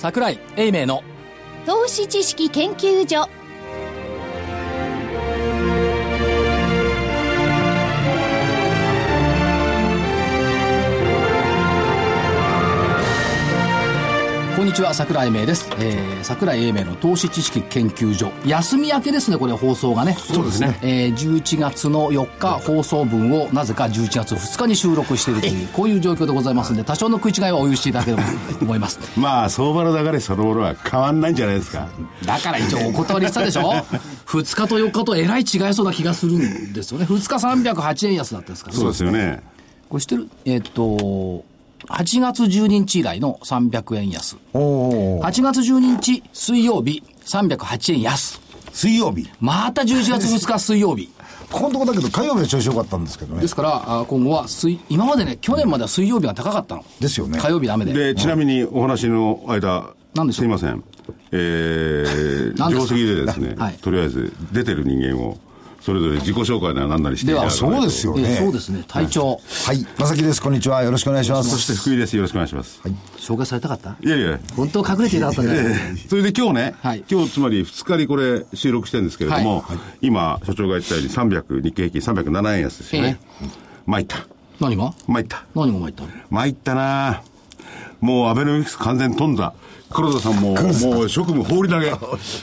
櫻井英明の投資知識研究所。 こんにちは、櫻井英明です。櫻井英明の投資知識研究所、休み明けですね、これ放送がね。 そうですね。 11月の4日放送分をなぜか11月2日に収録しているという、こういう状況でございますので、多少の食い違いはお許しいただければと思います。 まあ相場の流れそのものは変わんないんじゃないですか。 だから一応お断りしたでしょ2日と4日とえらい違いそうな気がするんですよね。2日308円安だったですから。 そうですよね。 これ知ってる8月12日以来の300円安。8月12日水曜日308円安。 水曜日また11月2日水曜日。 ここのとこだけど火曜日は調子良かったんですけどね。 ですから今後は今までね、去年までは水曜日が高かったのですよね。 火曜日ダメで。 ちなみにお話の間、 何でしょう。 すいません、定石でですね、 はい、 とりあえず出てる人間をそれぞれ自己紹介なら何なりしていただかないと。 そうですよね。 そうですね。隊長。 はい。正木です。こんにちは。よろしくお願いします。 そして福井です。よろしくお願いします。 はい。 紹介されたかった？ いやいや。 本当隠れていたかったね。 それで今日ね、 はい、 今日つまり2日にこれ収録してるんですけれども、はい、今所長が言ったように日経平均307円安ですよね。参った。 何が参った。 何が参った？ 参ったな。もうアベノミクス完全頓挫。黒田さんももう職務放り投げ。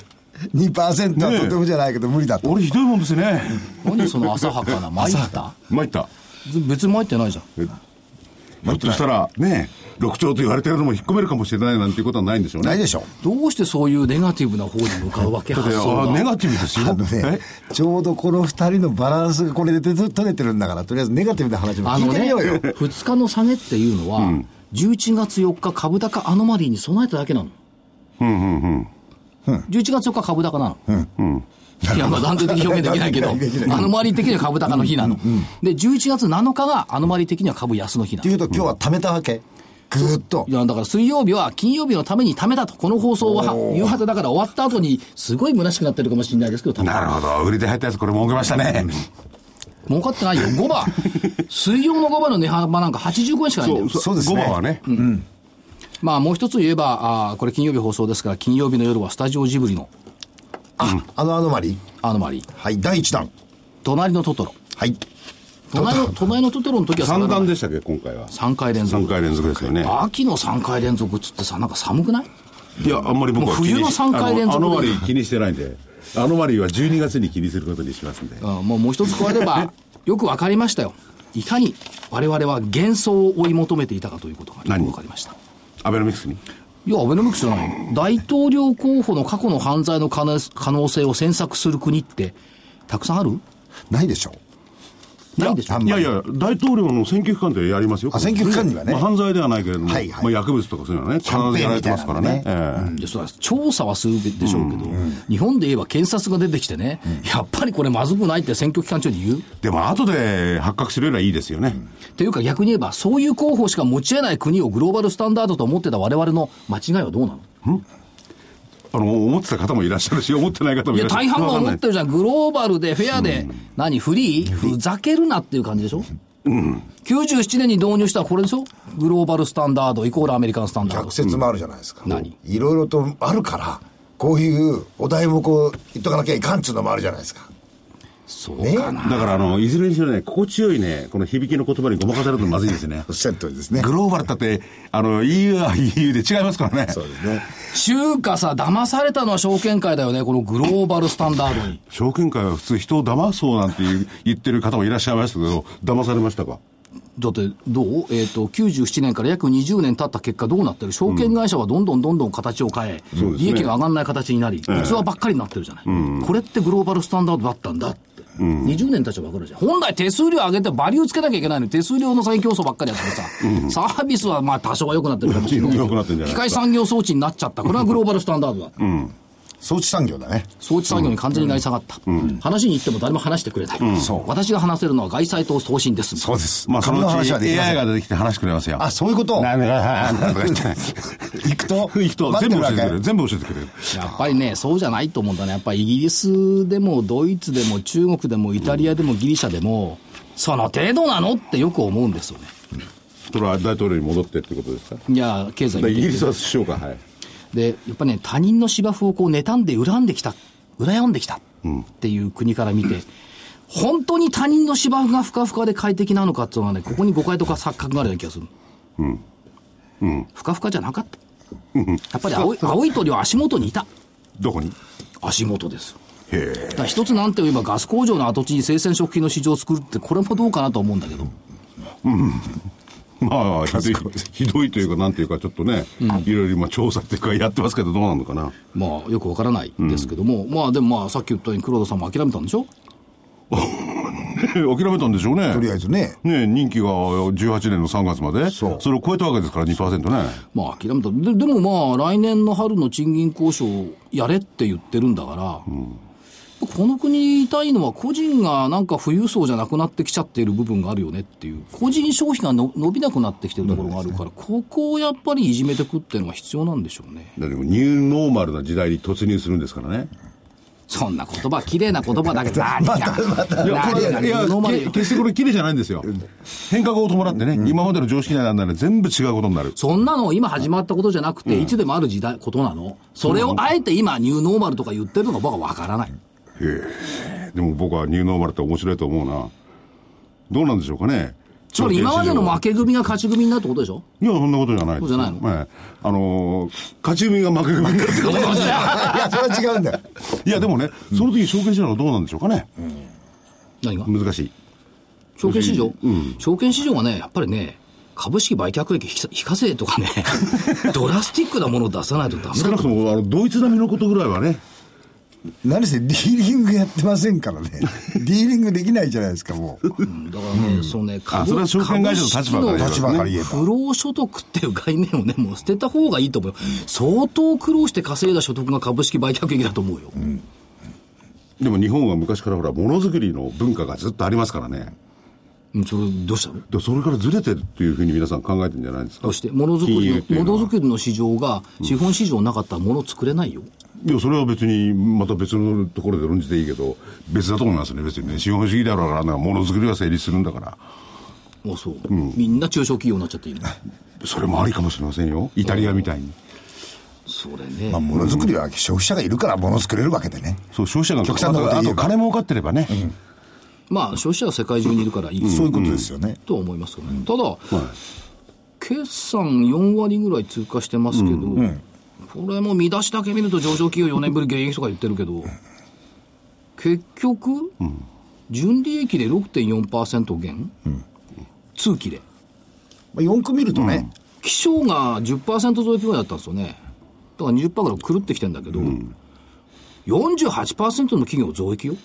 2% はとてもじゃないけど無理だと。 俺ひどいもんですね。 何その浅はかな。参った。別に参ってないじゃん。 ひょっとしたらね、6兆と言われてるのも引っ込めるかもしれないなんていうことはないんでしょうね。 ないでしょう。 どうしてそういうネガティブな方に向かうわけ？発想がネガティブですよ。 ね、ちょうどこの2人のバランスがこれで取れてるんだから、とりあえずネガティブな話も聞いてみようよ。 2日の下げっていうのは、11月4日株高アノマリーに備えただけなの。11月4日株高なの。いや、まあ断定的表現できないけど、アノマリー的には株高の日なの。で、11月7日がアノマリー的には株安の日なの。 というと今日は貯めたわけ？ぐーっと。 いや、だから水曜日は金曜日のために貯めたと。この放送は夕方だから終わった後にすごい虚しくなってるかもしれないですけど、 なるほど。売りで入ったやつこれ儲けましたね。 儲かってないよ。5番。水曜の5番の値幅なんか85円しかないんだよ。 そうですね。 5番はね。 まあもう一つ言えば、これ金曜日放送ですから、金曜日の夜はスタジオジブリの。 アノマリー。はい、第1弾。 隣のトトロ。 はい。 隣のトトロの時は 3弾でしたっけ、今回は。 3回連続。 3回連続ですよね。 秋の3回連続っつってさ、なんか寒くない？ いや、あんまり僕は冬の3回連続。 アノマリー気にしてないんで、アノマリーは12月に気にすることにしますんで。 もう一つ加えれば、よくわかりましたよ。いかに我々は幻想を追い求めていたかということがよくわかりました。 アベノミクスに？ いや、アベノミクスじゃない。大統領候補の過去の犯罪の可能性を詮索する国ってたくさんある？ ないでしょう。 ないでしょ。 いや、大統領の選挙期間でやりますよ。 選挙期間にはね。 犯罪ではないけれども、 はいはい、 薬物とかそういうのはね、必ずやられてますからね。 それは調査はするでしょうけど、日本で言えば検察が出てきてね、やっぱりこれまずくないって選挙期間中に言う。 でも後で発覚するよりはいいですよね。 というか逆に言えば、そういう候補しか持ち得ない国をグローバルスタンダードと思ってた我々の間違いはどうなの？ 思ってた方もいらっしゃるし、思ってない方もいらっしゃる。 いや、大半が思ってるじゃん。グローバルでフェアで、フリー？ふざけるなっていう感じでしょ。97年に導入したらこれでしょ。グローバルスタンダードイコールアメリカンスタンダード。 逆説もあるじゃないですか。 何？ いろいろとあるから、こういうお題もこう言っとかなきゃいかんっていうのもあるじゃないですか。 そうかな。 だからいずれにしろね、心地よいね、この響きの言葉にごまかされるとまずいですね。 おっしゃる通りですね。 グローバルだって、EU は EU で違いますからね。 そうですね。 中華さ、騙されたのは証券会だよね、このグローバルスタンダードに。 証券会は普通人を騙そうなんて言ってる方もいらっしゃいましたけど、騙されましたか？ だってどう97年から約20年経った結果どうなってる？証券会社はどんどん形を変え、利益が上がらない形になり、器ばっかりになってるじゃない。これってグローバルスタンダードだったんだって。20年経ちゃ分かるじゃん。本来手数料上げてバリューつけなきゃいけないのに、手数料の再競争ばっかりやってさ、サービスはまあ多少は良くなってるかもしれないけど、機械産業装置になっちゃった。これはグローバルスタンダードだ。 装置産業だね。 装置産業に完全になり下がった。話に行っても誰も話してくれない。私が話せるのは外債と投信です。 そうです。 まあそのうち AI が出てきて話してくれますよ。 あ、そういうこと。行くと全部教えてくれる。全部教えてくれる。 やっぱりね、そうじゃないと思うんだね。やっぱりイギリスでもドイツでも中国でもイタリアでもギリシャでも、その程度なのってよく思うんですよね。 それは大統領に戻ってってことですか？ いや、経済イギリスは首相か、はい。 で、やっぱね、他人の芝生をこう妬んで羨んできたっていう国から見て、本当に他人の芝生がふかふかで快適なのかっていうのはね、ここに誤解とか錯覚があるような気がする。ふかふかじゃなかった。やっぱり青い鳥は足元にいた。 どこに？ 足元です。 へえ。 だから一つなんて言えばガス工場の跡地に生鮮食品の市場を作るって、これもどうかなと思うんだけど。 まあ、ひどいというか、なんていうか、ちょっとね、いろいろ今調査っていうかやってますけど、どうなのかな。 まあ、よくわからないですけども、まあ、でもまあ、さっき言ったように黒田さんも諦めたんでしょ？ 諦めたんでしょうね。 とりあえずね。 任期が18年の3月まで。それを超えたわけですから 2% ね。 まあ、諦めた。でもまあ、来年の春の賃金交渉をやれって言ってるんだから、この国にいたいのは個人がなんか富裕層じゃなくなってきちゃっている部分があるよねっていう、個人消費が伸びなくなってきてるところがあるから、ここをやっぱりいじめていくっていうのが必要なんでしょうね。 だけどニューノーマルな時代に突入するんですからね。 そんな言葉、綺麗な言葉だけど、何が決してこれ綺麗じゃないんですよ。変革を伴ってね、今までの常識内なんなら全部違うことになる。 そんなの今始まったことじゃなくて、いつでもある時代、ことなの。それをあえて今、ニューノーマルとか言ってるのが僕はわからない。 でも僕はニューノーマルって面白いと思うな。どうなんでしょうかね。 つまり今までの負け組が勝ち組になるってことでしょ？ いや、そんなことじゃない。 そうじゃないの？ 勝ち組が負け組になるってことなんですよ。 いや、それは違うんだよ。 いや、でもね、その時証券市場はどうなんでしょうかね。 何が？ 難しい。 証券市場？証券市場はね、やっぱりね、株式売却益非課税とかね、ドラスティックなものを出さないとダメだと。 少なくとも、ドイツ並みのことぐらいはね。 何せディーリングやってませんからね。ディーリングできないじゃないですか、もう。 だからね、そうね、 それは証券会社の立場から言えば。 不労所得っていう概念をね、もう捨てた方がいいと思うよ。相当苦労して稼いだ所得が株式売却益だと思うよ。 でも日本は昔からほら、ものづくりの文化がずっとありますからね。 それどうしたの？ でそれからずれてるっていうふうに皆さん考えてるんじゃないですか。 どうしてものづくりの市場が資本市場なかったらもの作れないよ。 いや、それは別にまた別のところで論じていいけど、別だと思いますね。別にね、資本主義だろうから、ものづくりは成立するんだから。 そう、みんな中小企業になっちゃっていいの？ それもありかもしれませんよ、イタリアみたいに。 それね、 ものづくりは消費者がいるからもの作れるわけでね。 そう、消費者があと金儲かってればね。 まあ消費者は世界中にいるからいい、 そういうことですよね。 とは思いますけどね。ただ、決算4割ぐらい通過してますけど、これも見出しだけ見ると上場企業4年ぶり減益とか言ってるけど、結局、純利益で 6.4% 減、通期で。 4区見るとね。 気象が 10% 増益ぐらいだったんですよね。だから 20% ぐらい狂ってきてるんだけど、48% の企業増益よ。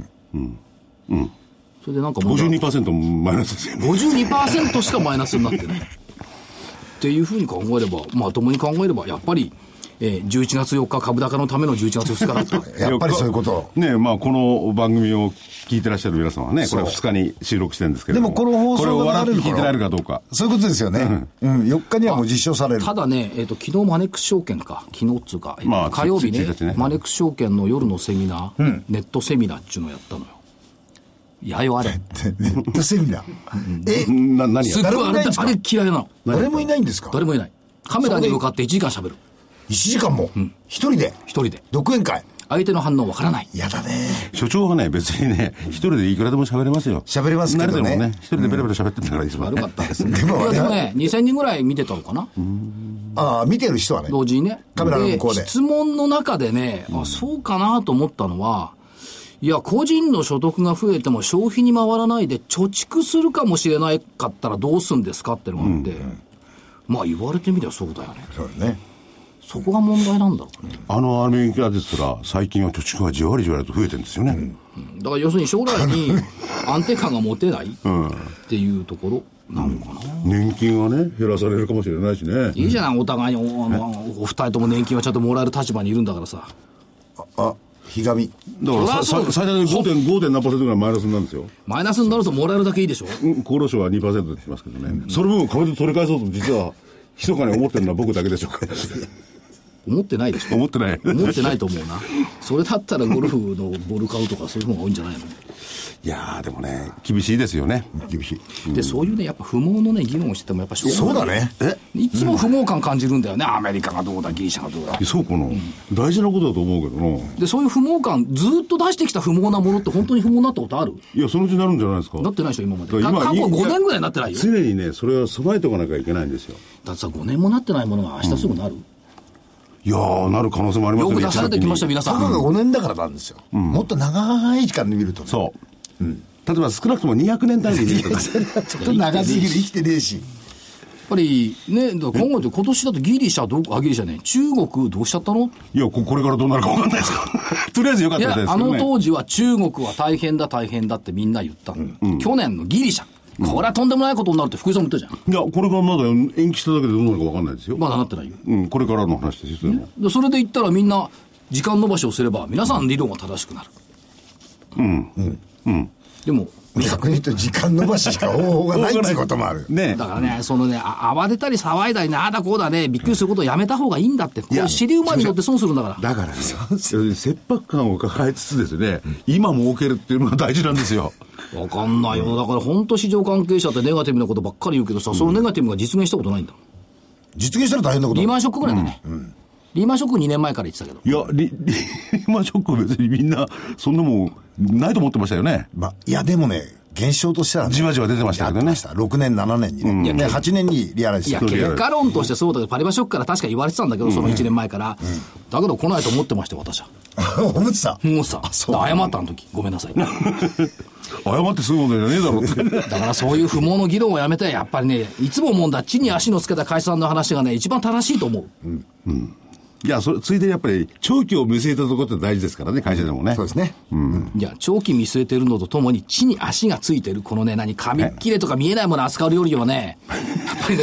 それでなんか 52% マイナスですよね。 52% しかマイナスになってないっていうふうに考えれば、まともに考えればやっぱり、11月4日株高のための11月2日だったやっぱりそういうことね。まあこの番組を聞いてらっしゃる皆さんはね、これ2日に収録してるんですけれども、 でもこの放送が流れるこれを笑って聞いてられるかどうか、 そういうことですよね。4日にはもう実証される。 ただね、昨日マネックス証券か、昨日っつうか、火曜日ね、マネックス証券の夜のセミナー、ネットセミナーっていうのをやったのよ。やよあれ。 ネットセミナー。 何すっごいあれ嫌いなの。 誰もいないんですか？ 誰もいない。カメラに向かって1時間喋る。 1時間も一人で独演会。 相手の反応わからない。 やだね。 所長はね、別にね、一人でいくらでも喋れますよ。 喋れますけどね。 慣れてもね、一人でベラベラ喋ってんだからいいですもんね。 悪かったですね。でもね、2000人ぐらい見てたのかな。 ああ、見てる人はね。 同時にね。 カメラの向こうで。 質問の中でね、そうかなと思ったのは、いや、個人の所得が増えても消費に回らないで貯蓄するかもしれないかったらどうするんですかってのがあって、まあ言われてみればそうだよね。 そうだね。 そこが問題なんだろうね。 アメリカですら最近は貯蓄がじわりじわりと増えてるんですよね。 だから要するに将来に安定感が持てないっていうところなのかな。 年金はね、減らされるかもしれないしね。 いいじゃない、お互いにお二人とも年金はちゃんともらえる立場にいるんだからさ。 ひがみ。 だから最大で 5. 何%ぐらいマイナスになるんですよ。 マイナスになるともらえるだけいいでしょ。 厚労省は 2% でしますけどね。その分株で取り返そうと実は密かに思ってるのは僕だけでしょうか。 思ってないでしょ。 思ってない思ってないと思うな。それだったらゴルフのボール買うとかそういう方が多いんじゃないの。 いやーでもね厳しいですよね。 厳しい。 でそういうねやっぱ不毛のね議論をしててもやっぱそうだね。 いつも不毛感感じるんだよね、アメリカがどうだギリシャがどうだ。 そうかな、大事なことだと思うけどな。 でそういう不毛感ずっと出してきた不毛なものって本当に不毛になったことある？ いやそのうちになるんじゃないですか。 なってないでしょ今まで。 今過去5年ぐらいなってないよ。 常にねそれは備えておかなきゃいけないんですよ。 だってさ5年もなってないものが明日すぐなる、 いやーなる可能性もありますよ。 よく出されてきました皆さん。 たかが5年だからなんですよ。もっと長い時間で見るとね。 そう、例えば少なくとも200年単位で見るとかそれはちょっと長すぎる。生きてねえし。 やっぱりね、だから今後今年だとギリシャギリシャね、中国どうしちゃったの？ いやこれからどうなるか分かんないですかとりあえずよかったですけどね。 いや当時は中国は大変だってみんな言ったの、去年のギリシャこれはとんでもないことになるって福井さんも言ったじゃん。 いやこれからまだ延期しただけでどうなるか分かんないですよ。 まだなってないよ、 これからの話ですよ。 でそれで言ったらみんな時間延ばしをすれば皆さん理論が正しくなる。でも逆に言うと時間延ばししか方法がないっていうこともある。 ねだからね、そのね、慌てたり騒いだりね、ああだこうだね、びっくりすることをやめた方がいいんだって。これ尻馬に乗って損するんだから。 だからね切迫感を抱えつつですね、今儲けるっていうのが大事なんですよ。 わかんないよ。だから本当市場関係者ってネガティブなことばっかり言うけどさ、そのネガティブが実現したことないんだ。 実現したら大変なこと。 リーマンショックぐらいだね。リーマンショック2年前から言ってたけど。 いやリーマンショックは別にみんなそんなもんないと思ってましたよね。 いやでもね、現象としてはね、 じわじわ出てましたけどね。 6年7年にね、ね8年にリアライズした。 いや結果論としてそうだけど、パリバショックから確か言われてたんだけど、その1年前から、だけど来ないと思ってましたよ私は。 思ってた。 もうさ謝ったあの時ごめんなさい謝ってすぐもんじゃねえだろってだからそういう不毛の議論をやめて、やっぱりね、いつも思うんだ、地に足のつけた会社さんの話がね一番正しいと思う。 いやついでやっぱり長期を見据えたところって大事ですからね、会社でもね。 そうですね。 いや長期見据えてるのとともに地に足がついてるこのね、紙切れとか見えないものを扱うよりはね、やっぱりね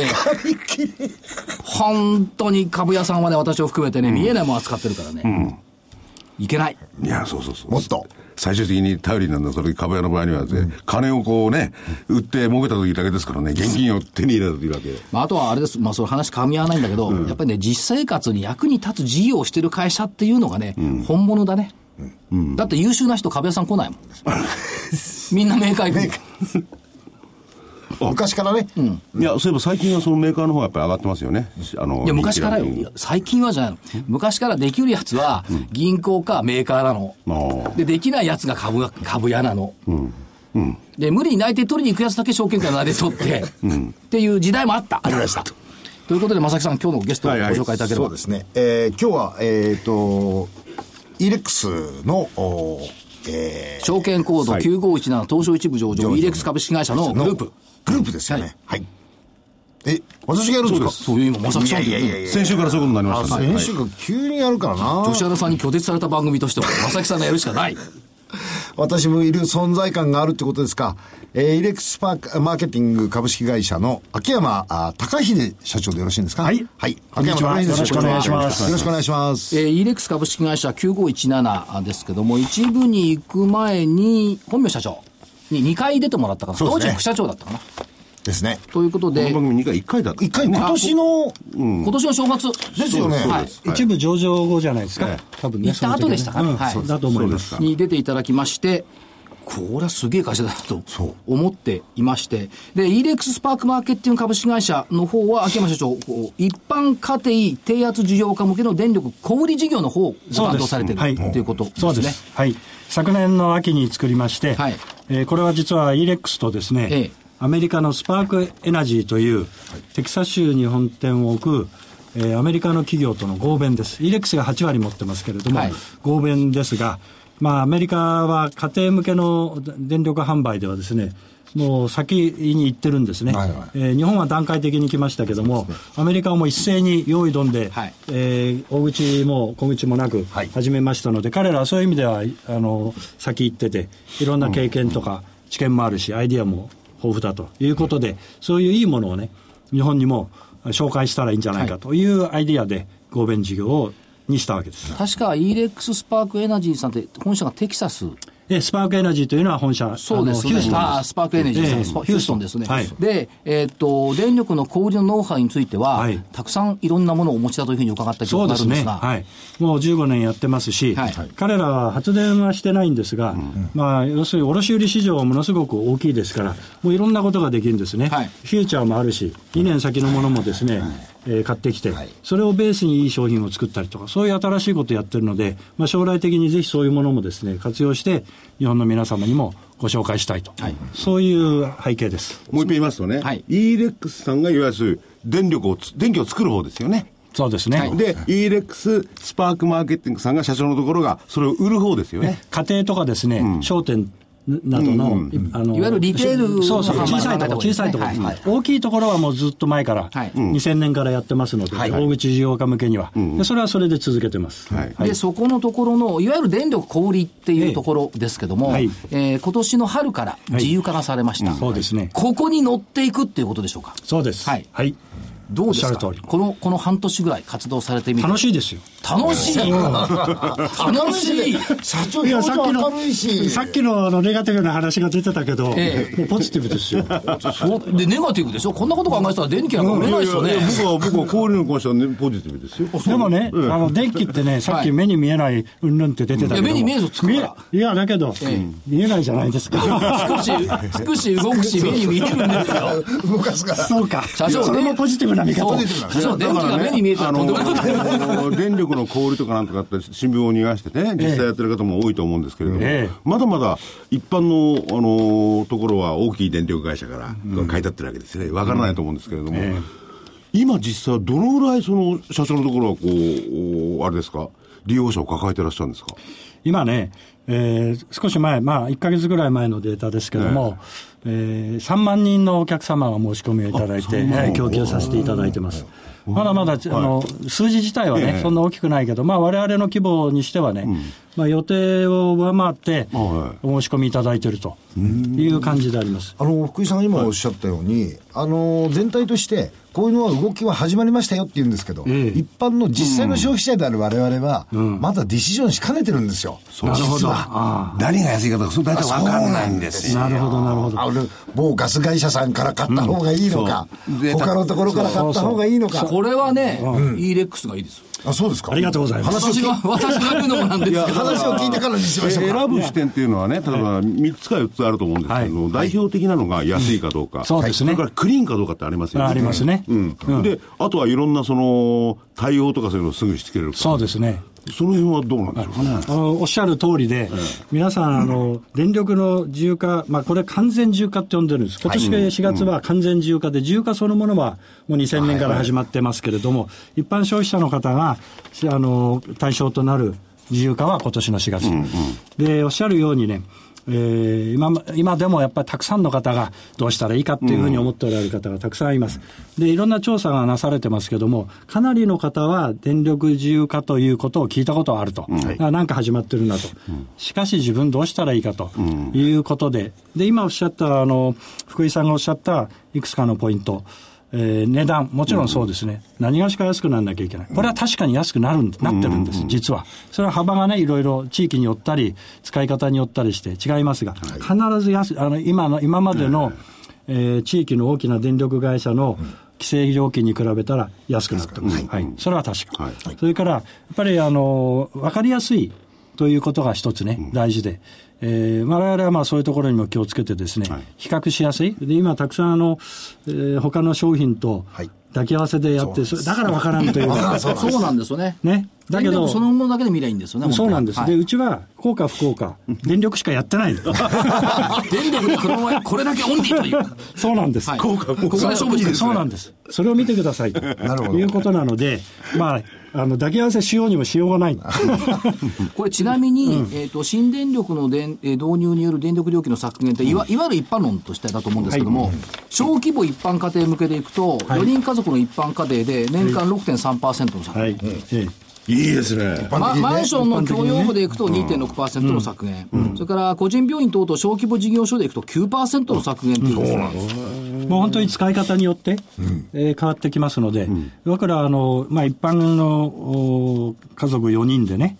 本当に株屋さんはね、私を含めてね、見えないものを扱ってるからね、いけない。 いやそうもっと最終的に頼りになるのはそれ株屋の場合には、金をこうね売って儲けた時だけですからね、現金を手に入れた時だけ。 あとはあれです、その話噛み合わないんだけど、やっぱりね、実生活に役に立つ事業をしてる会社っていうのがね、本物だね。だって優秀な人株屋さん来ないもんみんなメーカー行く昔からね、 いやそういえば最近はそのメーカーの方がやっぱり上がってますよね。 いや昔からよ、最近はじゃないの。昔からできるやつは銀行かメーカーなの、できないやつが株屋なの、で無理に内定取りに行くやつだけ証券会の内定取って、っていう時代もありましたということで、正木さん今日のゲストをご紹介いただければ。 そうですね、今日はイレックスの証券コード9517東証一部上場イレックス株式会社のグループですよね。はい。私がやるんですか？ そういう今正木さんと先週からそういうことになりましたね。 先週から急にやるからな。 吉原さんに拒絶された番組としては正木さんがやるしかない私もいる存在感があるってことですか。イレックスマーケティング株式会社の秋山隆秀社長でよろしいんですか？ はい。 はい。 秋山隆秀よろしくお願いします。 よろしくお願いします。 イレックス株式会社9517ですけども、一部に行く前に本名社長に2回出てもらったかな。当時副社長だったかな。 ですね。 ということで、 この番組1回だった。 1回、今年の正月ですよね。 一部上場後じゃないですか。多分ね。 行った後でしたかね。 だと思います。 に出ていただきまして、これはすげえ会社だなと思っていまして、で、イーレックススパークマーケッティング株式会社の方は、秋山社長、一般家庭低圧需要家向けの電力小売事業の方を担当されているということですね。 そうです。はい。昨年の秋に作りまして、これは実はイーレックスとですね、アメリカのスパークエナジーというテキサス州に本店を置く、アメリカの企業との合弁です。イーレックスが8割持ってますけれども、合弁ですが、アメリカは家庭向けの電力販売ではですね、もう先に行ってるんですね。日本は段階的に来ましたけども、アメリカはもう一斉に用意どんで、大口も小口もなく始めましたので、彼らはそういう意味では先行ってて、いろんな経験とか知見もあるし、アイディアも豊富だということで、そういういいものをね、日本にも紹介したらいいんじゃないかというアイディアで合弁事業にしたわけです。 確かイーレックススパークエナジーさんって本社がテキサススパークエナジーというのは本社、 そうですね、ヒューストンスパークエナジーさん、ヒューストンですね。はい、で、電力の小売りのノウハウについては、はい、たくさんいろんなものをお持ちだというふうに伺った記憶があるんですが。 そうですね。はい。もう15年やってますし、はい、彼らは発電はしてないんですが、まあ、要するに卸売市場はものすごく大きいですから、もういろんなことができるんですね。はい、フューチャーもあるし、2年先のものもですね、買ってきて、それをベースにいい商品を作ったりとか、そういう新しいことをやってるので、まあ、将来的にぜひそういうものもですね、活用して日本の皆様にもご紹介したいと、はい、そういう背景です。 もう一遍言いますとね、はい、ELEX さんがいわゆる電気を作る方ですよね。 そうですね。はい、 で ELEX スパークマーケティングさんが社長のところがそれを売る方ですよね。 家庭とかですね、商店などの、 いわゆるリテール、 そうそう、小さいところです、はい、大きいところはもうずっと前から、2000年からやってますので、大口事業家向けには、でそれはそれで続けてます。 でそこのところのいわゆる電力小売りっていうところですけども、今年の春から自由化がされました。 そうですね。 ここに乗っていくっていうことでしょうか。 そうです。はい。 どうですか。この半年ぐらい活動されてみて。 楽しいですよ。 楽しい。楽しい。 社長表情明るいし。 さっきのネガティブな話が出てたけど、もうポジティブですよ。 そうでネガティブでしょ。こんなこと考えてたら電気なんか売れないですよね。 僕は小売りの会社はポジティブですよ。 でもね、電気ってね、さっき目に見えないうんぬんって出てたけど、 目に見えずつくから。 いやだけど見えないじゃないですか。 少し動くし目に見えるんですよ。 動かすから。 そうか。それもポジティブな見方。 そう電気が目に見えたらとんでもない。 電力の小売りとかなんとかって新聞を逃がしててね、実際やってる方も多いと思うんですけれども、まだまだ一般のところは大きい電力会社から書いてあってるわけですね。わからないと思うんですけれども、今実際どのぐらいその社長のところはこうあれですか、利用者を抱えてらっしゃるんですか。 今ね、少し前、まあ1ヶ月ぐらい前のデータですけども、3万人のお客様が申し込みをいただいて、供給させていただいてます。まだまだ数字自体はね、そんな大きくないけど、まあ我々の規模にしてはね、まあ予定を上回ってお申し込みいただいているという感じであります。 福井さんが今おっしゃったように、全体としてこういうのは動きは始まりましたよって言うんですけど、一般の実際の消費者である我々はまだディシジョンしかねてるんですよ。 なるほど。 何が安いかとかそれ大体分かんないんですよ。 なるほどなるほど。 某ガス会社さんから買った方がいいのか、他のところから買った方がいいのか。 これはね、ELEX がいいです。 あ、そうですか。 ありがとうございます。 私が言うのもなんですけど、 話を聞いてからにしましょうか。 選ぶ視点っていうのはね、例えば3つか4つあると思うんですけど、代表的なのが安いかどうか、 そうですね。 それからクリーンかどうかってありますよね。 ありますね。 で、あとはいろんなその対応とかそういうのをすぐしてくれるか。 そうですね。 その辺はどうなんでしょうかね。 おっしゃる通りで、皆さん電力の自由化、まあこれ完全自由化って呼んでるんです。今年4月は完全自由化で、自由化そのものはもう2000年から始まってますけれども、一般消費者の方が対象となる自由化は今年の4月、でおっしゃるようにね、今でもやっぱりたくさんの方がどうしたらいいかっていうふうに思っておられる方がたくさんいます。で、いろんな調査がなされてますけども、かなりの方は電力自由化ということを聞いたことがあると。なんか始まってるなと。しかし自分どうしたらいいかということで、で、今おっしゃった、福井さんがおっしゃったいくつかのポイント。値段、もちろんそうですね。何がしか安くならなきゃいけない。これは確かに安くなってるんです、実は。それは幅がね、いろいろ地域によったり、使い方によったりして違いますが、必ず今までの、地域の大きな電力会社の規制料金に比べたら安くなってます。それは確か。それから、やっぱり、わかりやすいということが一つね、大事で。我々はまあそういうところにも気をつけてですね、比較しやすい。で、今たくさん他の商品と抱き合わせでやって、だから分からんというか。 そうなんですよね。 ね。だけど、 そのものだけで見りゃいいんですよね。 そうなんです。で、うちは、効果不効果、電力しかやってない。 電力でこれだけオンリーという。 そうなんです。 効果不効果。 そうなんです。それを見てください。ということなので、まあ、抱き合わせしようにもしようがない。 これちなみに、新電力の導入による電力料金の削減って、いわゆる一般論としてだと思うんですけども、小規模一般家庭向けでいくと、4人家族の一般家庭で年間 6.3% の削減。 いいですね。 マンションの共用部でいくと 2.6% の削減、それから個人病院等々小規模事業所でいくと 9% の削減というですね。 もう本当に使い方によって、変わってきますので、だから一般の家族4人でね、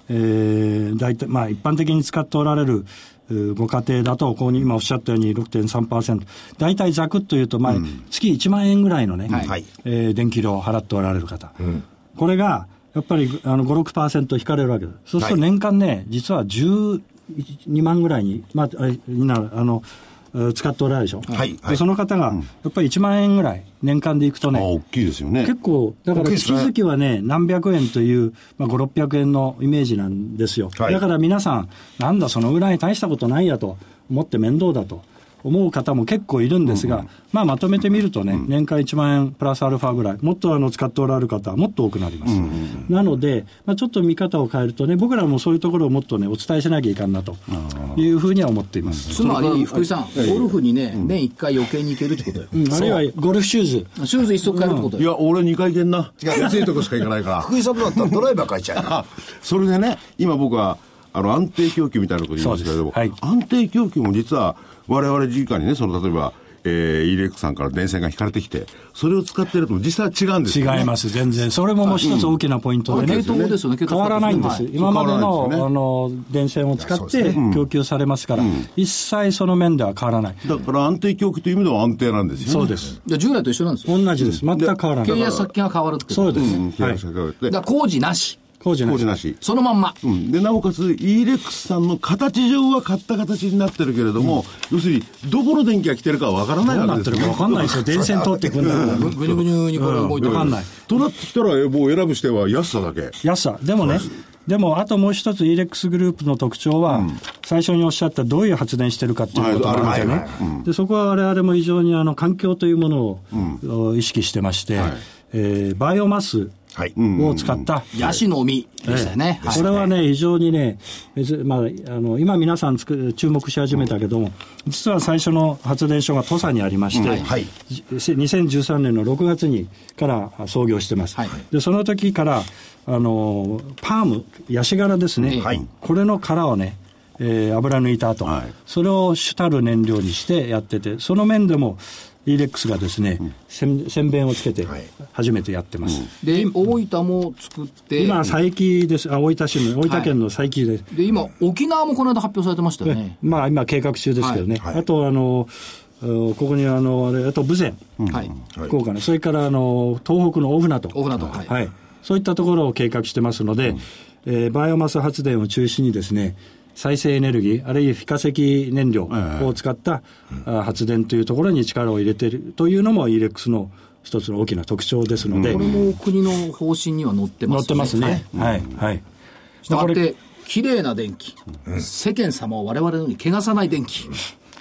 大体、一般的に使っておられるご家庭だと、ここに今おっしゃったように 6.3%。大体ざくっと言うと、月1万円ぐらいのね、電気料を払っておられる方。これが、やっぱり5、6% 引かれるわけです。そうすると年間ね、実は12万ぐらいに、になる、使っておられるでしょ。で、その方が、やっぱり1万円ぐらい、年間でいくとね。 大きいですよね。 結構、だから月々はね、何百円という、5、600円のイメージなんですよ。だから皆さん、なんだ、そのぐらい大したことないやと思って面倒だと思う方も結構いるんですが、まとめてみるとね、年間1万円プラスアルファぐらい、もっと使っておられる方はもっと多くなります。なので、ちょっと見方を変えるとね、僕らもそういうところをもっとね、お伝えしなきゃいかんなというふうには思っています。 つまり、福井さん、ゴルフにね、年1回余計に行けるってことよ。 あるいはゴルフシューズ。 シューズ一足買えるってことよ。 いや、俺2回行けんな。安いとこしか行かないから。 福井さんだったらドライバー買えちゃう。 それでね、今僕は、安定供給みたいなこと言いますけれども、安定供給も実は、我々直にね、例えば、ELEC さんから電線が引かれてきて、それを使っていると実際は違うんですよね。 違います、全然。それももう一つ大きなポイントでね。 系統ですよね、 変わらないんです。今までの、電線を使って供給されますから、一切その面では変わらない。 だから安定供給という意味では安定なんですよね。 そうです。 従来と一緒なんですよ。 同じです。全く変わらない。 契約先が変わるってことそうです。 契約先が変わる。 だから工事なし。 工事なし。 そのまんま。 で、なおかつ、ELEC さんの形上は買った形になってるけれども、要するに、どこの電気が来てるかわからないわけですよね。 どうなってるかわかんないですよ。電線通ってくるんだから。 ぐにゅぐにゅにこれ動いてる。 わかんない。 となってきたら、もう選ぶしては安さだけ。 安さ。でもね、あともう一つ ELEC グループの特徴は、最初におっしゃったどういう発電してるかっていうことなんですよね。で、そこは我々も非常に環境というものを意識してまして、バイオマスを使ったヤシの実でしたよね。 これはね、非常にね、今皆さん注目し始めたけども、実は最初の発電所が土佐にありまして、2013年の6月にから創業してます。で、その時から、パーム、ヤシ殻ですね。これの殻をね、油抜いた後、それを主たる燃料にしてやってて、その面でも、ELEC がですね、洗弁をつけて初めてやってます。 で、大分も作って。 今、佐伯です。大分県の佐伯です。 で、今、沖縄もこの間発表されてましたよね。 今、計画中ですけどね。あと、ここにあと、豊前。福岡ね。それから、東北の大船渡。そういったところを計画してますので、バイオマス発電を中心にですね、再生エネルギー、あるいは非化石燃料を使った発電というところに力を入れているというのも ELEC の一つの大きな特徴ですので。 これも国の方針には載ってますね。 載ってますね。はい。 したがって、綺麗な電気。世間様を我々のように汚さない電気。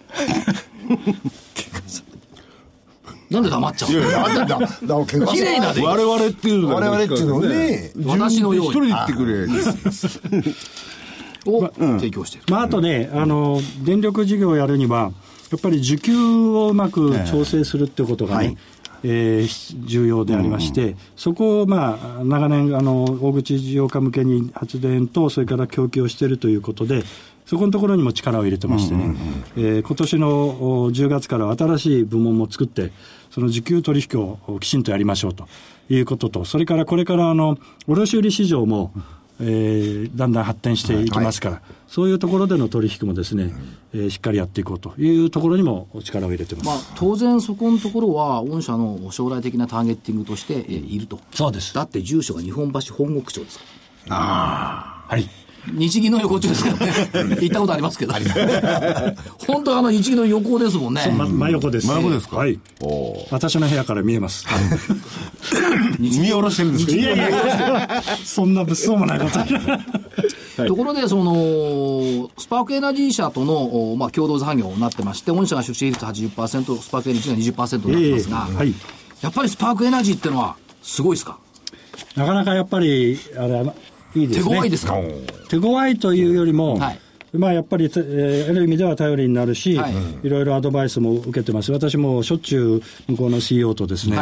なんで黙っちゃうの？綺麗な電気。 我々っていうのね。 私のように。 一人で言ってくれ。 を提供している。 あとね、電力事業をやるには、やっぱり需給をうまく調整するってことがね、重要でありまして、そこを長年、大口事業家向けに発電と、それから供給をしているということで、そこのところにも力を入れてましてね、今年の10月から新しい部門も作って、その需給取引をきちんとやりましょうということと、それからこれから卸売市場も、だんだん発展していきますから、そういうところでの取引もですね、しっかりやっていこうというところにも力を入れてます。 当然そこのところは御社の将来的なターゲッティングとして、いると。 そうです。 だって住所が日本橋本国町ですから。 はい。 日銀の横丁ですからね。行ったことありますけど。本当日銀の横ですもんね。 真横です。 真横ですか。 はい。私の部屋から見えます。 見下ろしてるんですか。 いやそんな物騒もないこと。 ところで、スパークエナジー社との、共同産業になってまして、御社が出資率 80%、スパークエナジーが 20% になってますが、やっぱりスパークエナジーってのはすごいですか？ なかなかやっぱり、いいですね。 手強いですか？ 手強いというよりも、やっぱり、ある意味では頼りになるし、いろいろアドバイスも受けてます。私もしょっちゅう向こうの CEO とですね、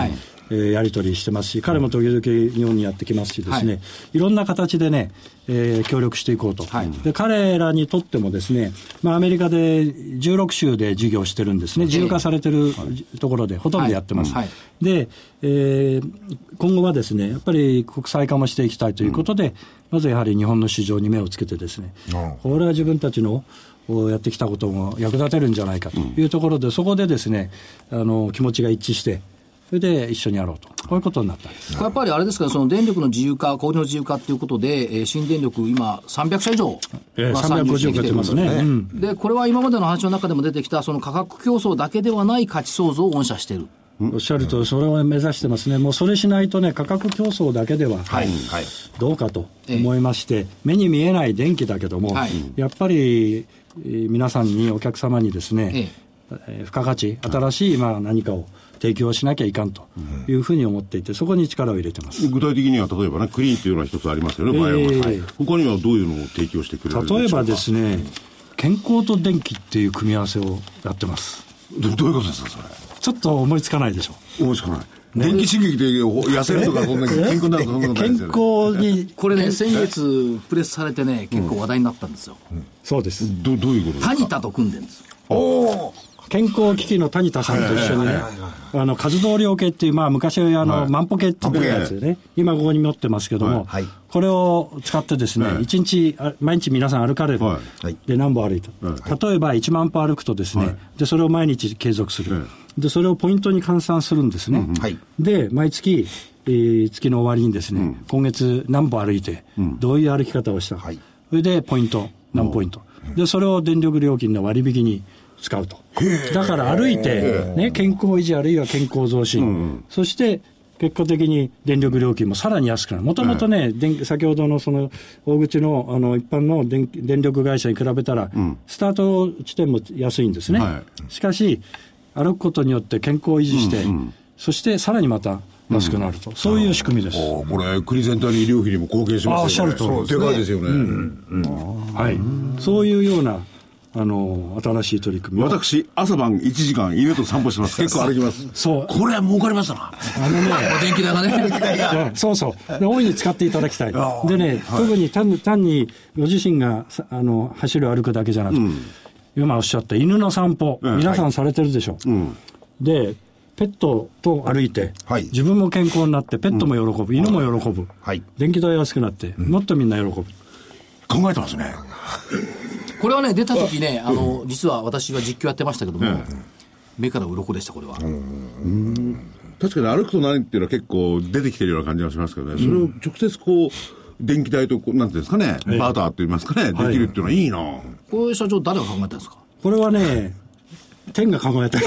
やり取りしてますし、彼も時々日本にやってきますしですね、いろんな形でね、協力していこうと。で、彼らにとってもですね、アメリカで16州で事業してるんですね。自由化されてるところでほとんどやってます。で、今後はですね、やっぱり国際化もしていきたいということで、まずやはり日本の市場に目をつけてですね、これは自分たちのやってきたことも役立てるんじゃないかというところで、そこでですね、気持ちが一致して、それで一緒にやろうと、こういうことになったんです。 やっぱりあれですか、その電力の自由化、小売りの自由化ということで、新電力、今、300社以上が参入してきてるんですね。で、これは今までの話の中でも出てきた、その価格競争だけではない価値創造を御社している。 おっしゃると、それを目指してますね。もうそれしないとね、価格競争だけではどうかと思いまして、目に見えない電気だけども、やっぱり皆さんに、お客様にですね、付加価値、新しい何かを提供しなきゃいかんというふうに思っていて、そこに力を入れてます。 具体的には例えばね、クリーンというのは一つありますよね、バイオマス。他にはどういうのを提供してくれるんでしょうか。 例えばですね、健康と電気っていう組み合わせをやってます。 どういうことですか、それ。 ちょっと思いつかないでしょ。 思いつかない。電気刺激で痩せるとか、そんな健康になるとか、そんなことないですよね。 健康に。 これね、先月プレスされてね、結構話題になったんですよ。 そうです。 どういうことですか。 タニタと組んでるんですよ。 健康機器の谷田さんと一緒にね、活動量計っていう、昔万歩計っていうやつでね、今ここに持ってますけども、これを使ってですね、毎日皆さん歩かれる。で、何歩歩いた。例えば1万歩歩くとですね、で、それを毎日継続する。で、それをポイントに換算するんですね。で、毎月、月の終わりにですね、今月何歩歩いて、どういう歩き方をした。それで、ポイント、何ポイント。で、それを電力料金の割引に使うと。だから歩いて、ね、健康維持あるいは健康増進、そして結果的に電力料金もさらに安くなる。もともとね、先ほどのその大口の一般の電力会社に比べたら、スタート地点も安いんですね。しかし歩くことによって健康を維持して、そしてさらにまた安くなると、そういう仕組みです。 これ国全体の医療費にも貢献しますよね。 おっしゃるとおりでかいですよね。 はい、そういうような新しい取り組み。 私、朝晩1時間犬と散歩してます。結構歩きます。 そう。 これは儲かりますな。 電気代がね。 そうそう。で、大いに使っていただきたい。でね、特に単にご自身が走る歩くだけじゃなくて、今おっしゃった犬の散歩、皆さんされてるでしょ。で、ペットと歩いて、自分も健康になって、ペットも喜ぶ、犬も喜ぶ。電気代安くなって、もっとみんな喜ぶ。 考えてますね。 これはね、出た時ね、実は私は実況やってましたけども、目から鱗でした、これは。 確かに歩くと何っていうのは結構出てきてるような感じがしますけどね、それを直接電気代と、なんていうんですかね、バーターって言いますかね、できるっていうのはいいな。 こういう社長、誰が考えたんですか。 これはね、天が考えた。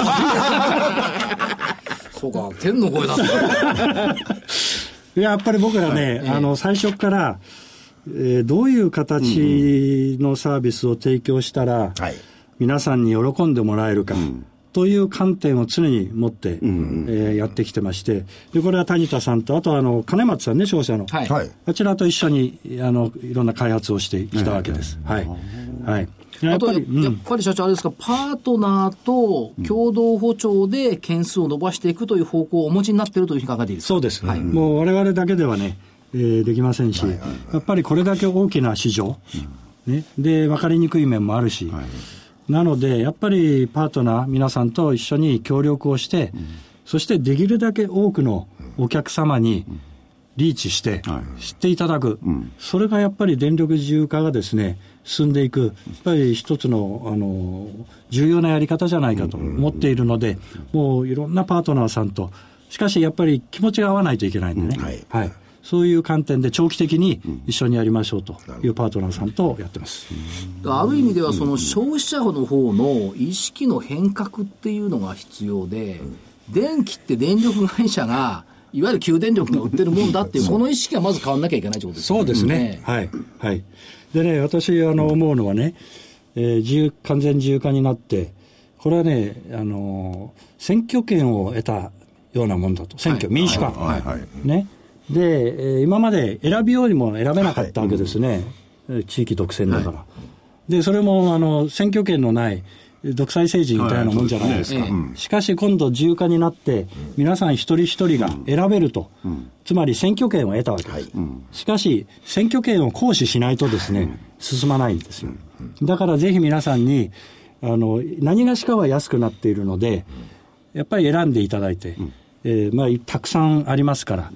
そうか、天の声だった。 やっぱり僕らね、最初から、どういう形のサービスを提供したら、皆さんに喜んでもらえるか、という観点を常に持って、やってきてまして、で、これは谷田さんと、あと金松さんね、商社の。あちらと一緒に、いろんな開発をしてきたわけです。 やっぱり社長あれですか、パートナーと共同歩調で件数を伸ばしていくという方向をお持ちになっているというふうに考えていいですか。 そうです。もう我々だけではね、できませんし、やっぱりこれだけ大きな市場、で分かりにくい面もあるし、なのでやっぱりパートナー皆さんと一緒に協力をして、そしてできるだけ多くのお客様にリーチして知っていただく、それがやっぱり電力自由化がですね進んでいくやっぱり一つの、重要なやり方じゃないかと思っているので、もういろんなパートナーさんと、しかしやっぱり気持ちが合わないといけないんでね、そういう観点で長期的に一緒にやりましょうというパートナーさんとやってます。 ある意味ではその消費者の方の意識の変革っていうのが必要で、電気って電力会社がいわゆる給電力が売ってるもんだっていうこの意識がまず変わんなきゃいけないということですね。 そうですね。でね、私思うのはね、完全自由化になってこれはね選挙権を得たようなもんだと。選挙、民主化、ね。で、今まで選びようにも選べなかったわけですね。地域独占だから。で、それも選挙権のない、 独裁政治みたいなもんじゃないですか。しかし今度自由化になって、皆さん一人一人が選べると。つまり選挙権を得たわけです。しかし、選挙権を行使しないとですね、進まないんですよ。だからぜひ皆さんに、何がしかは安くなっているので、やっぱり選んでいただいて、たくさんありますから、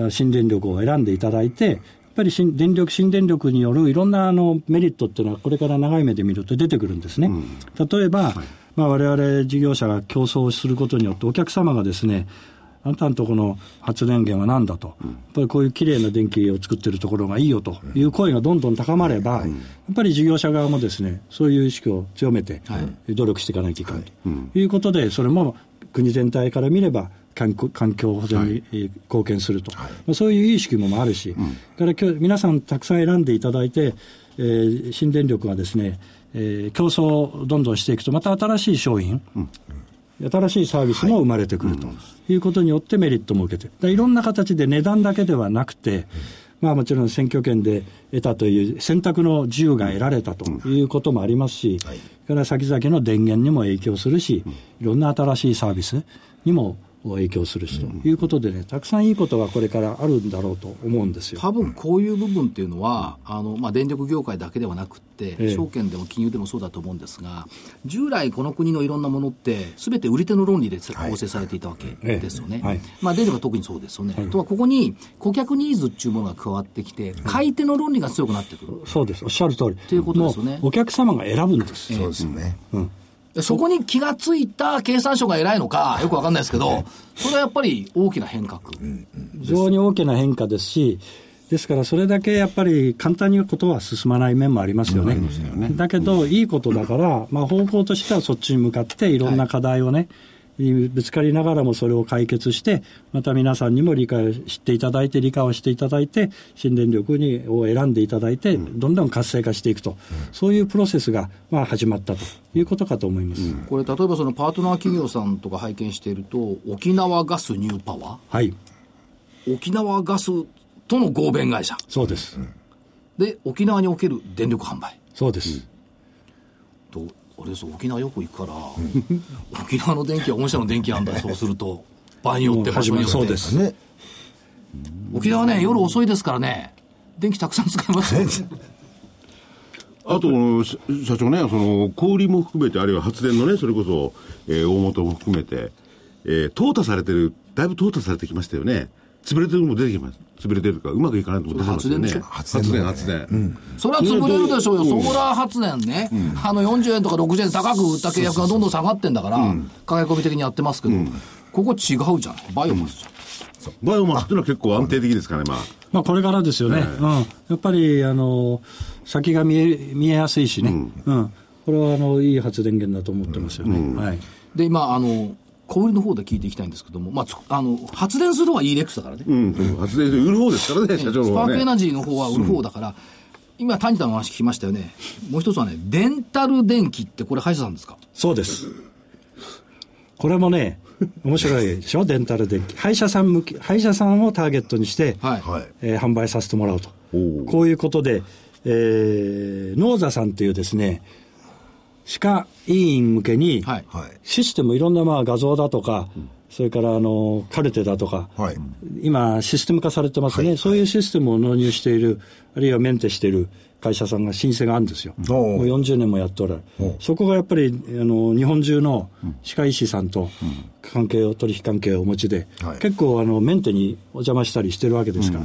新電力を選んでいただいて、やっぱり新電力によるいろんなメリットっていうのはこれから長い目で見ると出てくるんですね。例えば、我々事業者が競争することによってお客様がですね、あんたのところの発電源は何だと、やっぱりこういうきれいな電気を作ってるところがいいよという声がどんどん高まれば、やっぱり事業者側もですね、そういう意識を強めて努力していかなきゃいけないということで、それも国全体から見れば環境保全に貢献すると、そういう意識もあるし、から今日皆さんたくさん選んでいただいて、新電力がですね、競争をどんどんしていくと、また新しい商品、新しいサービスも生まれてくるということによってメリットも受けて、いろんな形で値段だけではなくて、もちろん選挙権で得たという選択の自由が得られたということもありますし、から先々の電源にも影響するし、いろんな新しいサービスにも影響するしということでね、たくさんいいことがこれからあるんだろうと思うんですよ。 多分こういう部分っていうのは、電力業界だけではなくて、証券でも金融でもそうだと思うんですが、従来この国のいろんなものって全て売り手の論理で構成されていたわけですよね。電力は特にそうですよね。とはここに顧客ニーズっていうものが加わってきて、買い手の論理が強くなってくる。 そうです。おっしゃる通り。 ということですよね。 お客様が選ぶんです。 そうですよね。 そこに気がついた経産省が偉いのかよくわかんないですけど、それはやっぱり大きな変革、 非常に大きな変化ですし、ですからそれだけやっぱり簡単に言うことは進まない面もありますよね。だけどいいことだから、方向としてはそっちに向かっていろんな課題をね、ぶつかりながらもそれを解決して、また皆さんにも理解していただいて、理解をしていただいて、新電力を選んでいただいて、どんどん活性化していくと、そういうプロセスが始まったということかと思います。 これ例えばそのパートナー企業さんとか拝見していると、沖縄ガスニューパワー、沖縄ガスとの合弁会社、 そうです。 で沖縄における電力販売、 そうです。 あれです、沖縄よく行くから、沖縄の電気は御社の電気なんだ。そうすると場合によって場所によって、 そうですね。 沖縄ね、夜遅いですからね、電気たくさん使いますよあと社長ね、その小売も含めて、あるいは発電のね、それこそ、大元も含めて、淘汰されてる、だいぶ淘汰されてきましたよね。潰れてるのも出てきます。潰れてるかうまくいかないとも出てますよね。発電、 それは潰れるでしょうよ。ソーラー発電ね、40円とか60円高く売った契約がどんどん下がってんだから、駆け込み的にやってますけど、ここ違うじゃない、バイオマスじゃん。 バイオマスっていうのは結構安定的ですかね。 これからですよね。やっぱり先が見えやすいしね、これはいい発電源だと思ってますよね。 で今小売りの方で聞いていきたいんですけども、発電する方は E-REX だからね、 発電する売る方ですからね、社長の方はね。 スパークエナジーの方は売る方だから、今谷田の話聞きましたよね。もう一つはね、デンタル電気って、これ歯医者さんですか？ そうです。これもね、面白いでしょ。デンタル電気、歯医者さんをターゲットにして、販売させてもらうと、こういうことで、ノーザさんというですね、歯科医院向けにシステム、いろんな画像だとか、それからカルテだとか、今システム化されてますね。そういうシステムを納入している、あるいはメンテしている会社さんが、老舗があるんですよ。もう40年もやっておられる。そこがやっぱり日本中の歯科医師さんと取引関係をお持ちで、結構メンテにお邪魔したりしてるわけですから、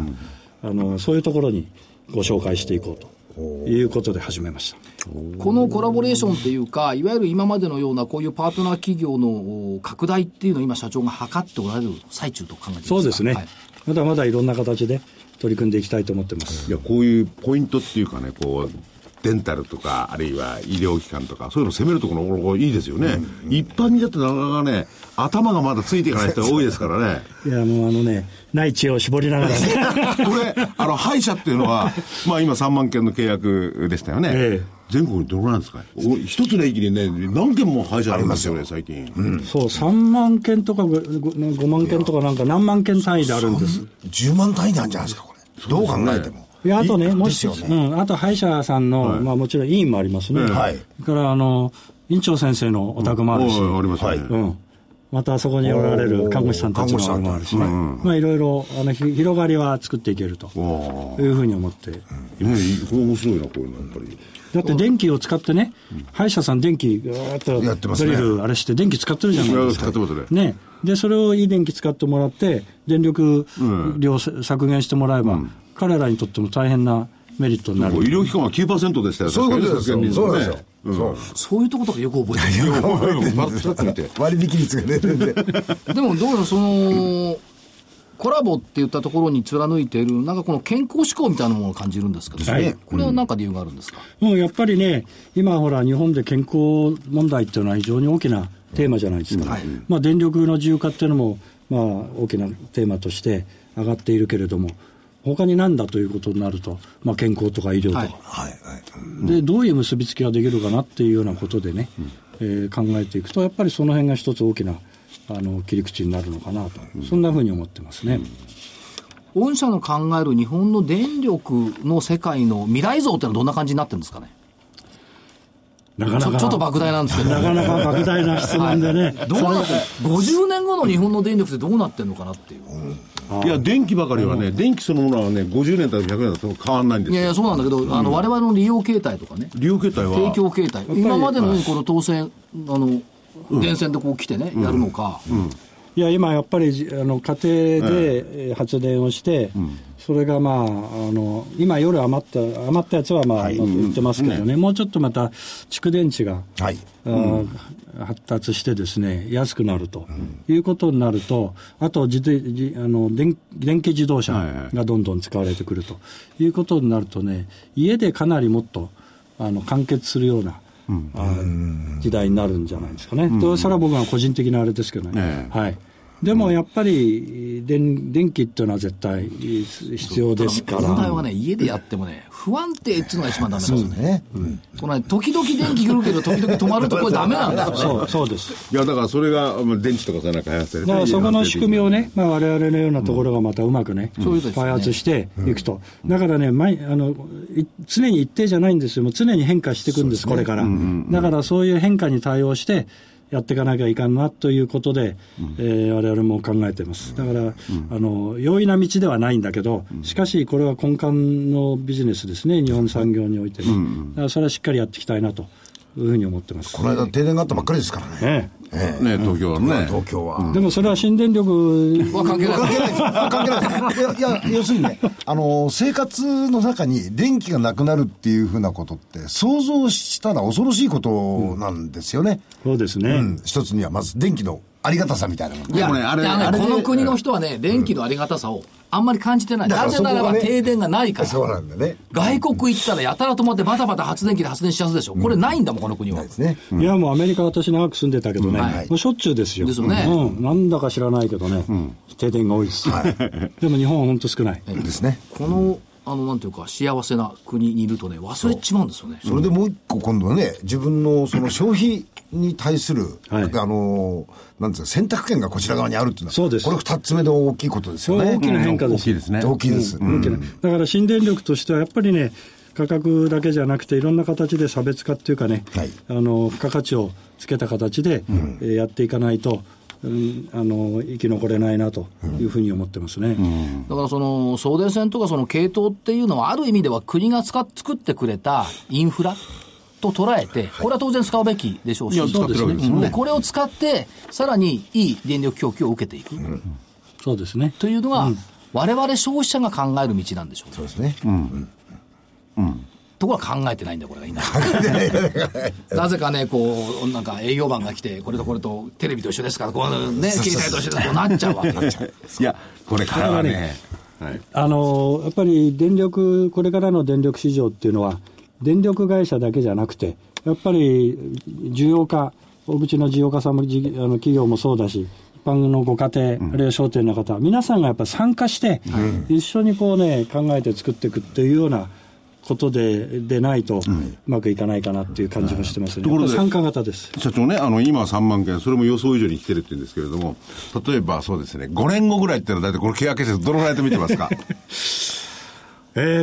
そういうところにご紹介していこうということで始めました。 このコラボレーションっていうか、いわゆる今までのようなこういうパートナー企業の拡大っていうのを今社長が図っておられる最中と考えていますか？ そうですね、まだまだいろんな形で取り組んでいきたいと思ってます。 いや、こういうポイントっていうかね、デンタルとか、あるいは医療機関とか、そういうのを攻めるところがいいですよね。一般にだってなかなかね、頭がまだついていかない人が多いですからね。 いや、もうない知恵を絞りながらね。 これ、歯医者っていうのは、今3万件の契約でしたよね。全国にどのなんですか？一つの駅にね、何件も歯医者ありますよね、最近。 そう、3万件とか 5万件とかなんか何万件単位であるんです。 10万単位なんじゃないですか、これ。どう考えても。 いや、あとね、もし、あと歯医者さんの、もちろん医院もありますね。だから、 院長先生のお宅もあるし、 ありますね。 またそこにおられる看護師さんたちのもあるしね、まあいろいろ広がりは作っていけるというふうに思って、 面白いなこういうのやっぱり。 だって電気を使ってね、歯医者さん電気ガーッとドリルあれして電気使ってるじゃないですか。ね。でそれをいい電気使ってもらって電力量削減してもらえば、彼らにとっても大変なメリットになる。 医療機関は 9% でしたよ。 そういうことですよ。そうなんですよ。 そういうところとかよく覚えてる。 割引率が出るんで。 でもどうぞコラボって言ったところに貫いているなんかこの健康志向みたいなものを感じるんですけど、これは何か理由があるんですか？ もうやっぱりね、今ほら日本で健康問題っていうのは非常に大きなテーマじゃないですか。まあ電力の自由化っていうのもまあ大きなテーマとして上がっているけれども、他に何だということになると、まあ、健康とか医療とか、でどういう結びつきができるかなっていうようなことでね、考えていくとやっぱりその辺が一つ大きな切り口になるのかなと、そんなふうに思ってますね。 御社の考える日本の電力の世界の未来像ってのはどんな感じになってるんですかね？ なかなかちょっと莫大なんですけど、 なかなか莫大な質問でね、 どうなって50年後の日本の電力ってどうなってるのかなっていう。 いや電気ばかりはね、電気そのものはね50年とか100年だと変わらないんですよ。 いやそうなんだけど、我々の利用形態とかね、 利用形態は提供形態、今までのようにこの当選電線でこう来てね、やるのか、 いや今やっぱり家庭で発電をして、それがまあ今夜余ったやつはまあ売ってますけどね、もうちょっとまた蓄電池が、発達してですね安くなるということになると、あと電気自動車がどんどん使われてくるということになるとね、家でかなりもっと完結するような時代になるんじゃないですかね。それは僕は個人的なあれですけどね。でもやっぱり電気っていうのは絶対必要ですから。 問題はね、家でやってもね、不安定っていうのが一番ダメなんですよね。このね、時々電気来るけど時々止まるとこれダメなんですよね。 そうです。 いやだからそれが電池とかさなんか開発されて、 だからそこの仕組みをね、まあ、我々のようなところがまたうまくね、開発していくと。だからね、常に一定じゃないんですよ。もう常に変化していくんです、これから。だからそういう変化に対応してやっていかなきゃいかんなということで、我々も考えています。だから、容易な道ではないんだけど、しかしこれは根幹のビジネスですね、日本産業においてね。だからそれはしっかりやっていきたいなというふうに思ってます。 この間停電があったばっかりですからね。 東京はね。 東京は。 でもそれは新電力は関係ない。 関係ないです。いや、要するにね、生活の中に電気がなくなるっていうふうなことって、想像したら恐ろしいことなんですよね。 そうですね。 一つにはまず電気のありがたさみたいなもの。 いや、この国の人はね、電気のありがたさをあんまり感じてない。なぜならば停電がないから。 そうなんだね。 外国行ったらやたら止まってバタバタ発電機で発電しやすいでしょ。これないんだもん、この国は。 ですね。 いや、もうアメリカ私長く住んでたけどね、もうしょっちゅうですよ。 ですよね。 なんだか知らないけどね、停電が多いです。でも日本は本当少ない。 ですね。 このなんていうか幸せな国にいるとね忘れちまうんですよね。 それでもう一個今度はね、自分のその消費に対するなんですか、選択権がこちら側にあるっていうのは、 そうです。 これ二つ目の大きいことですよね。 大きな変化です。 大きいですね。 大きいです。 だから新電力としてはやっぱりね、価格だけじゃなくていろんな形で差別化っていうかね、付加価値をつけた形でやっていかないと生き残れないなというふうに思ってますね。 だからその送電線とかその系統っていうのはある意味では国が作ってくれたインフラと捉えて、これは当然使うべきでしょうし、 そうですね。 でこれを使ってさらにいい電力供給を受けていく、 そうですね。 というのが、我々消費者が考える道なんでしょうね。 そうですね。 ところが考えてないんだこれがいないなぜかねこうなんか営業マンが来てこれとこれとテレビと一緒ですからこのね携帯と一緒ですこうなっちゃうわけいやこれからはね、 やっぱりこれからの電力市場っていうのは電力会社だけじゃなくてやっぱり需要家大口の需要家さんも企業もそうだし一般のご家庭、あるいは商店の方皆さんがやっぱり参加して、一緒にこうね考えて作っていくっていうようなことでないとうまくいかないかなっていう感じもしてますね。ところで参加型です。 社長ね、今3万件、それも予想以上に来てるって言うんですけれども、例えばそうですね、5年後ぐらいってのは大体これ契約形成どのぐらいと見てますか我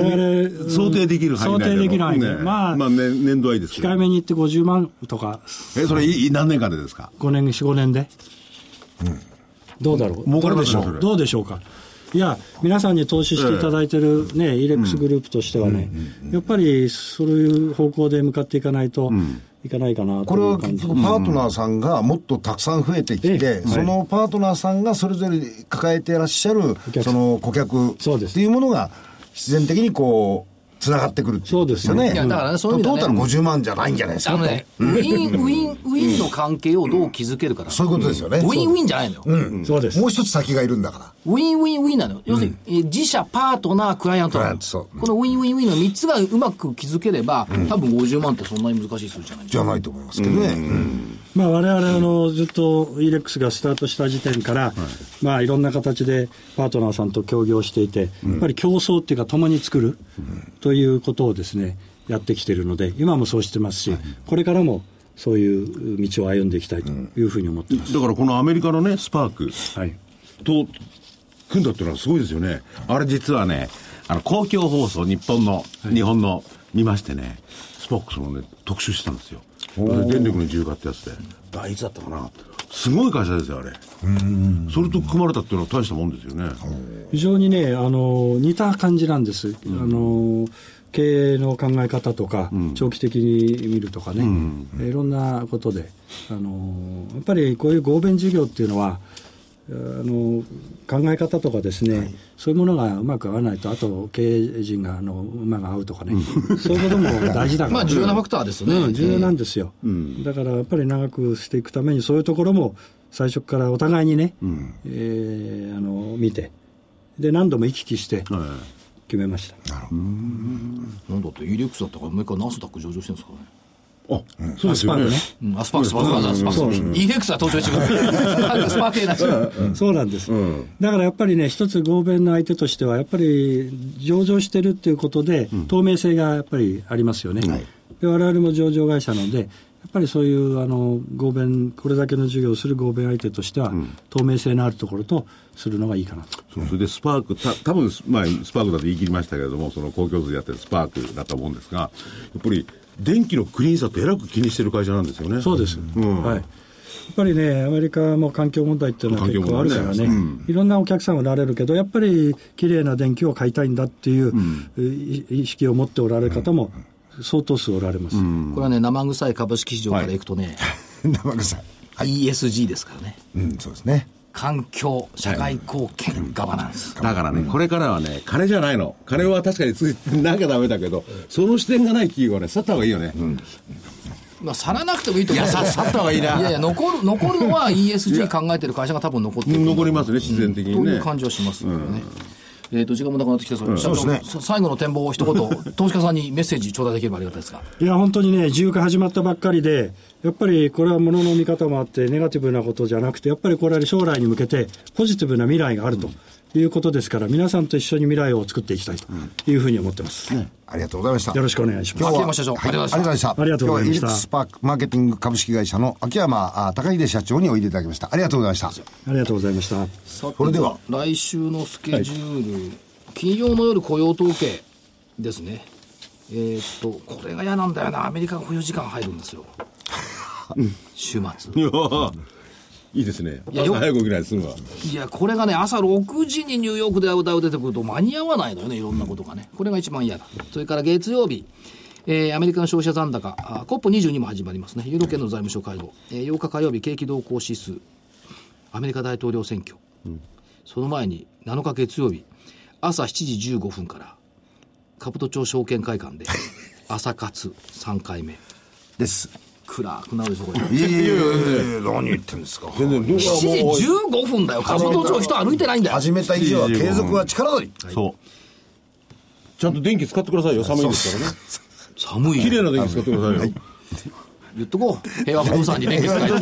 々、 想定できる範囲内で。 想定できる範囲で。 まあ、年度はいいですけど。 控えめに言って50万とか。 それ何年間でですか ？4、5年で。どうだろう。 儲かるでしょう。 どうでしょうか。いや、皆さんに投資していただいてるね、イレックスグループとしてはね、やっぱりそういう方向で向かっていかないといかないかなとこれいう感じ。 は結局パートナーさんがもっとたくさん増えてきて、そのパートナーさんがそれぞれ抱えていらっしゃるその顧客っていうものが必然的にこうつながってくるっていうことですよね。 いやだからね、そういう意味でね、 トータル50万じゃないんじゃないですか。 ウィンの関係をどう築けるかだ。 そういうことですよね。 ウィンウィンじゃないのよ。 そうです。 もう一つ先がいるんだから。 ウィンウィンウィンなのよ。要するに、自社、パートナー、クライアントなの。このウィンウィンウィンの3つがうまく築ければ、多分50万ってそんなに難しい数字じゃない。 じゃないと思いますけどね。 まあ、我々ずっとイレックスがスタートした時点から、まあ、いろんな形でパートナーさんと協業していて、やっぱり競争っていうか共に作るということをですね、やってきているので、今もそうしてますし、これからもそういう道を歩んでいきたいというふうに思っています。 だからこのアメリカのね、スパークと組んだっていうのはすごいですよね。あれ実はね、公共放送、日本の見ましてね、スパークスのね、特集したんですよ。電力の自由化ってやつで。いつだったかな。すごい会社ですよ、あれ。それと組まれたっていうのは大したもんですよね。 非常にね、似た感じなんです。経営の考え方とか、長期的に見るとかね、いろんなことで、やっぱりこういう合弁事業っていうのは、考え方とかですね、そういうものがうまく合わないと、あと経営陣が馬が合うとかね、そういうことも大事だから。 まあ重要なファクターですよね。 重要なんですよ。だからやっぱり長くしていくために、そういうところも最初からお互いにね、見て、で何度も行き来して決めました。 なんだってイレックスだったから、もう一回ナスダック上場してるんですからね。 そうですよね。 アスパーク、イレックスは登場してくる。スパーク系なし。 そうなんです。だからやっぱりね、一つ合弁の相手としては、やっぱり上場してるっていうことで、透明性がやっぱりありますよね。で我々も上場会社なので、やっぱりそういう合弁、これだけの事業をする合弁相手としては、透明性のあるところとするのがいいかなと。 それでスパーク、多分まあ、スパークだと言い切りましたけれども、その公共図でやってるスパークだと思うんですが、やっぱり電気のクリーンさってえらく気にしてる会社なんですよね。 そうです。はい。やっぱりね、アメリカも環境問題っていうのは結構あるからね、いろんなお客さんおられるけど、やっぱりきれいな電気を買いたいんだっていう、意識を持っておられる方も相当数おられます。 これはね、生臭い株式市場からいくとね、 生臭い。 ESG ですからね。 そうですね。 環境、社会貢献、ガバナンス。 だからね、これからはね、金じゃないの。金は確かについてなきゃダメだけど、その視点がない企業はね、去った方がいいよね。 まあ、去らなくてもいいと思う。 いや、去った方がいいな。 いやいや、残るのは ESG 考えてる会社が多分残ってる。 残りますね、自然的にね。 という感じはしますよね。時間もなくなってきたそうですね。最後の展望を一言、投資家さんにメッセージ頂戴できればありがたいですが。 いや、本当にね、自由化始まったばっかりで、やっぱりこれは物の見方もあって、ネガティブなことじゃなくて、やっぱりこれは将来に向けて、ポジティブな未来があるということですから、皆さんと一緒に未来を作っていきたいというふうに思ってます。 ありがとうございました。 よろしくお願いします。 秋山社長、ありがとうございました。 ありがとうございました。 今日はイレックススパークマーケティング株式会社の秋山孝秀社長においでいただきました。ありがとうございました。 ありがとうございました。 それでは、来週のスケジュール、金曜の夜雇用統計ですね。これが嫌なんだよな。アメリカが保有時間入るんですよ。週末。 いやいいですね。朝早く起きないで済むわ。 いや、これがね、朝6時にニューヨークでダウ出てくると間に合わないのよね、いろんなことがね。これが一番嫌だ。それから月曜日、アメリカの消費者残高、COP22 も始まりますね。ユーロ圏の財務省会合。8日火曜日、景気動向指数。アメリカ大統領選挙。その前に、7日月曜日、朝7時15分から兜町証券会館で朝活3回目です暗くなるでしょこれ。 いや何言ってんですか。 全然 7時15分だよ。兜町人歩いてないんだよ。 始めた以上は継続は力なり。 そうちゃんと電気使ってくださいよ。寒いですからね。 寒い綺麗な電気使ってくださいよ。 言っとこう。平和不動産に電気使い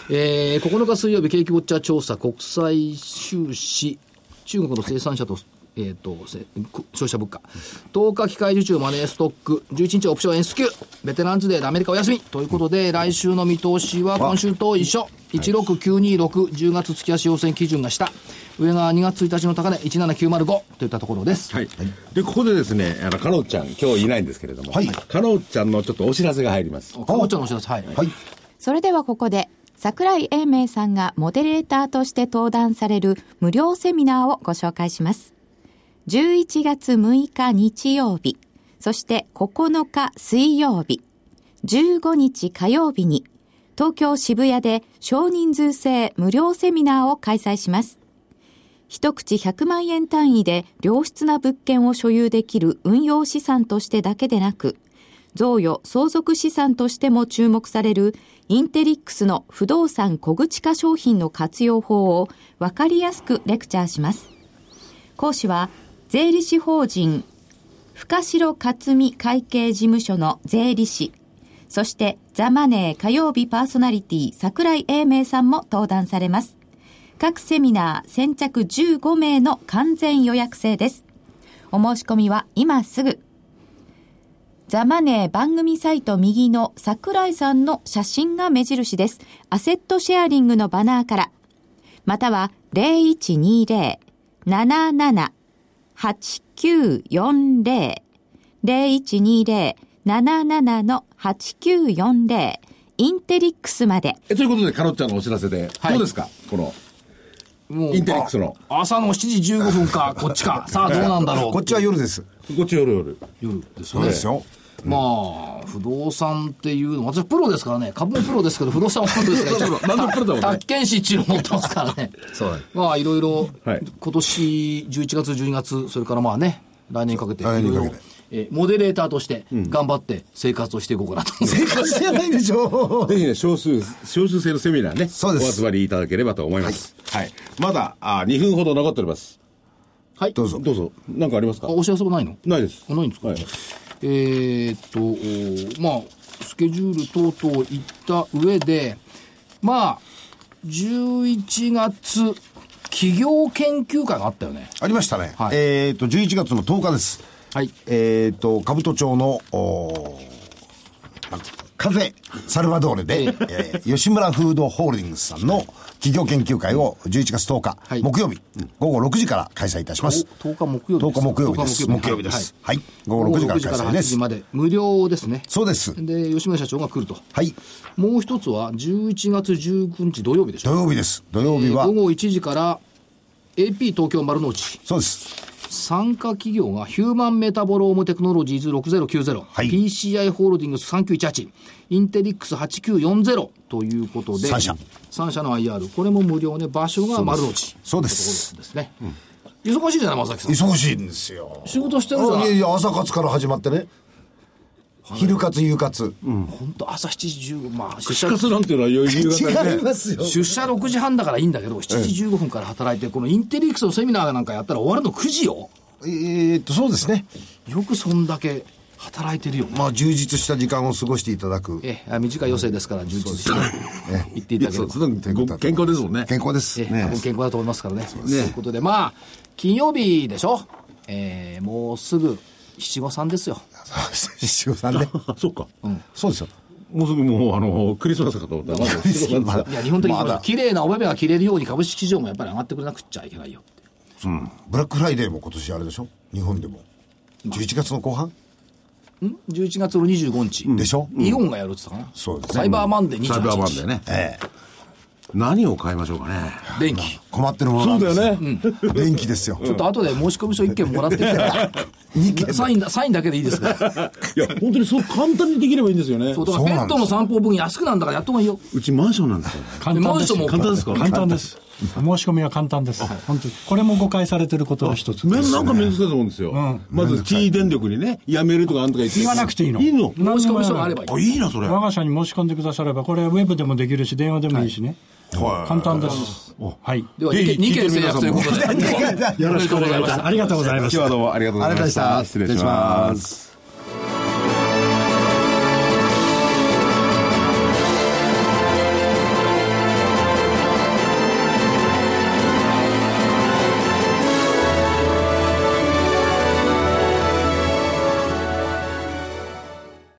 9日水曜日景気ウォッチャー調査国際収支中国の生産者と消費者物価。10日機械受注マネーストック。11日オプション S q。ベテランズデーでアメリカお休み。ということで、来週の見通しは今週と一緒。16926、10月月足要請基準が下。上が2月1日の高値、17905といったところです。 はい。で、ここでですね、かのちゃん、今日いないんですけれども、はい。かのちゃんのちょっとお知らせが入ります。 かのちゃんのお知らせ、はい。はい。 それではここで、櫻井英明さんがモデレーターとして登壇される無料セミナーをご紹介します。11月6日日曜日、そして9日水曜日、15日火曜日に、東京渋谷で少人数制無料セミナーを開催します。一口100万円単位で良質な物件を所有できる運用資産としてだけでなく、贈与相続資産としても注目されるインテリックスの不動産小口化商品の活用法を分かりやすくレクチャーします。講師は税理士法人深城克美会計事務所の税理士、そしてザ・マネー火曜日パーソナリティ櫻井英明さんも登壇されます。各セミナー先着15名の完全予約制です。お申し込みは今すぐ。ザ・マネー番組サイト右の櫻井さんの写真が目印です。アセットシェアリングのバナーから、または 0120-77-8940 0120-77-8940 インテリックスまで。 ということで、かのちゃんのお知らせで、はい、どうですかこのインテリックスの朝の7時15分かこっちかさあどうなんだろう。 こっちは夜です。 こっち夜ですよね。そうですよ。 まあ不動産っていうの、私プロですからね、株もプロですけど不動産もプロですから、 何のプロだもんね。 宅建士っていうの持ってますからね。 そうだね。 まあいろいろ今年11月12月それからまあね来年にかけていろいろモデレーターとして頑張って生活をしていこうかなと、 生活じゃないでしょう。 ぜひね、少数制のセミナーね、 そうです。 お集まりいただければと思います。はい。まだ2分ほど残っております。 はい。 どうぞ。何かありますか？ お知らせはないの？ ないです。 ないんですか？はい。まあスケジュール等々いった上で、まあ11月企業研究会があったよね。 ありましたね。はい。11月の10日です。はい。兜町の、カフェサルバドーレで、吉村フードホールディングスさんの企業研究会を11月10日、はい、木曜日、午後6時から開催いたします。 10日木曜日です。 10日木曜日です。木曜日です。はい。午後6時から開催です。 8時まで無料ですね。 そうです。 で、吉村社長が来ると。 はい。 もう一つは11月19日土曜日でしょ。 土曜日です。土曜日は、 午後1時から AP 東京丸の内。 そうです。 参加企業がヒューマンメタボロームテクノロジーズ6090、はい、PCI ホールディングス3918、インテリックス8940ということで、3社の IR、これも無料ね、場所が丸の内。 そうです。 ですね。忙しいじゃない、正木さん。 忙しいんですよ。 仕事してるじゃない。 いや、朝活から始まってね。昼活、夕活。 本当朝7時15分、まあ、 出社活なんていうのは夕方ね。違いますよ。 出社6時半だからいいんだけど、7時15分から働いて、このインテリックスのセミナーなんかやったら終わるの9時よ。 そうですね。 よくそんだけ働いてるよね。 まあ、充実した時間を過ごしていただく。 短い余生ですから、充実して行っていただければ。 健康ですもんね。 健康です。 多分健康だと思いますからね。ということで、まあ、金曜日でしょ。もうすぐ、七五三ですよ。 七五三ね。 そうか。 そうですよ。 もうすぐもうクリスマスかと思ったら、 いや、日本的に綺麗なお目目が切れるように株式市場もやっぱり上がってくれなくちゃいけないよ。 ブラックフライデーも今年あれでしょ、日本でも。11月の後半 11月の25日。 でしょ、 イオンがやるって言ったかな。 そうですね。 サイバーマンデー28日。 サイバーマンデーね。何を買いましょうかね。 電気。 困ってるものなんですよ。 そうだよね。 電気ですよ。 ちょっと後で申し込み書1件もらってきてサインだけでいいですから。 いや、本当にそう簡単にできればいいんですよね。 そう、だからペットの散歩分安くなんだからやった方がいいよ。 うちマンションなんですよ。 簡単です。 簡単ですか？ 簡単です。申し込みは簡単です。本当に。これも誤解されてることの一つです。 なんか面倒くさいと思うんですよ。まず、T 電力にね、やめるとかなんとか言って。 言わなくていいの。 いいの？ 申し込み書があればいい。 いいな、それ。 我が社に申し込んでくだされば、これウェブでもできるし、電話でもいいしね。簡単です。はい。 では、2件制約ということで。 よろしくお願いします。ありがとうございました。 今日はどうもありがとうございました。失礼します。